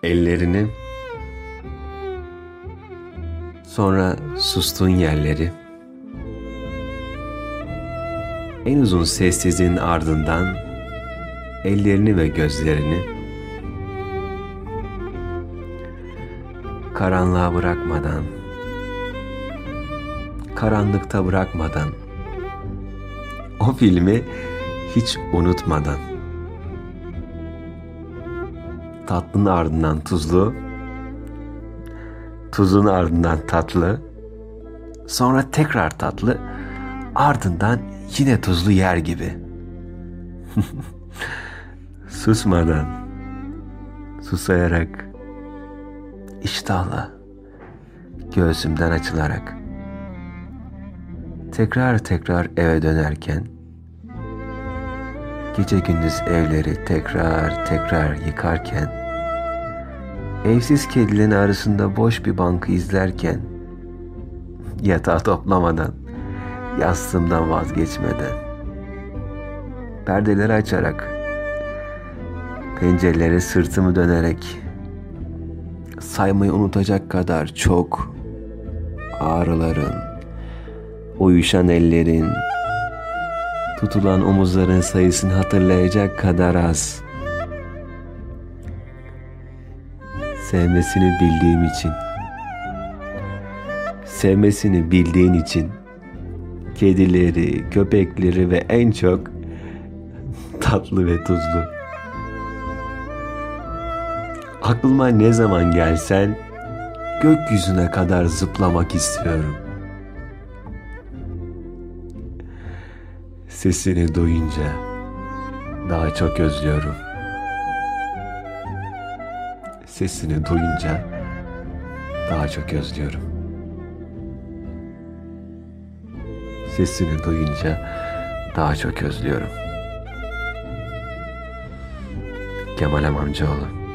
ellerini, sonra sustuğun yerleri, en uzun sessizliğin ardından ellerini ve gözlerini karanlığa bırakmadan, karanlıkta bırakmadan, o filmi hiç unutmadan, tatlının ardından tuzlu, tuzun ardından tatlı, sonra tekrar tatlı, ardından yine tuzlu yer gibi. Susmadan, susayarak, iştahla, göğsümden açılarak, tekrar tekrar eve dönerken, gece gündüz evleri tekrar tekrar yıkarken, evsiz kedilerin arasında boş bir bankı izlerken, yatağı toplamadan, yastığımdan vazgeçmeden, perdeleri açarak, pencerelere sırtımı dönerek, saymayı unutacak kadar çok ağrıların, uyuşan ellerin, tutulan omuzların sayısını hatırlayacak kadar az. Sevmesini bildiğim için, sevmesini bildiğin için, kedileri, köpekleri ve en çok tatlı ve tuzlu. Aklıma ne zaman gelsen gökyüzüne kadar zıplamak istiyorum. Sesini duyunca daha çok özlüyorum. Sesini duyunca daha çok özlüyorum. Sesini duyunca daha çok özlüyorum. Kemal Amamcıoğlu.